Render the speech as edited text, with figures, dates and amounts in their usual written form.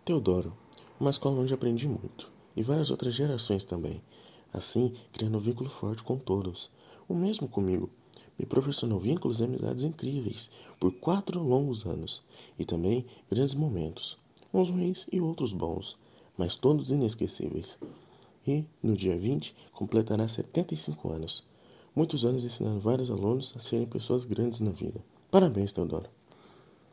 Teodoro, uma escola onde aprendi muito, e várias outras gerações também, assim criando um vínculo forte com todos. O mesmo comigo. Me proporcionou vínculos e amizades incríveis por 4 longos anos, e também grandes momentos, uns ruins e outros bons, mas todos inesquecíveis. E, no dia 20, completará 75 anos. Muitos anos ensinando vários alunos a serem pessoas grandes na vida. Parabéns, Teodoro.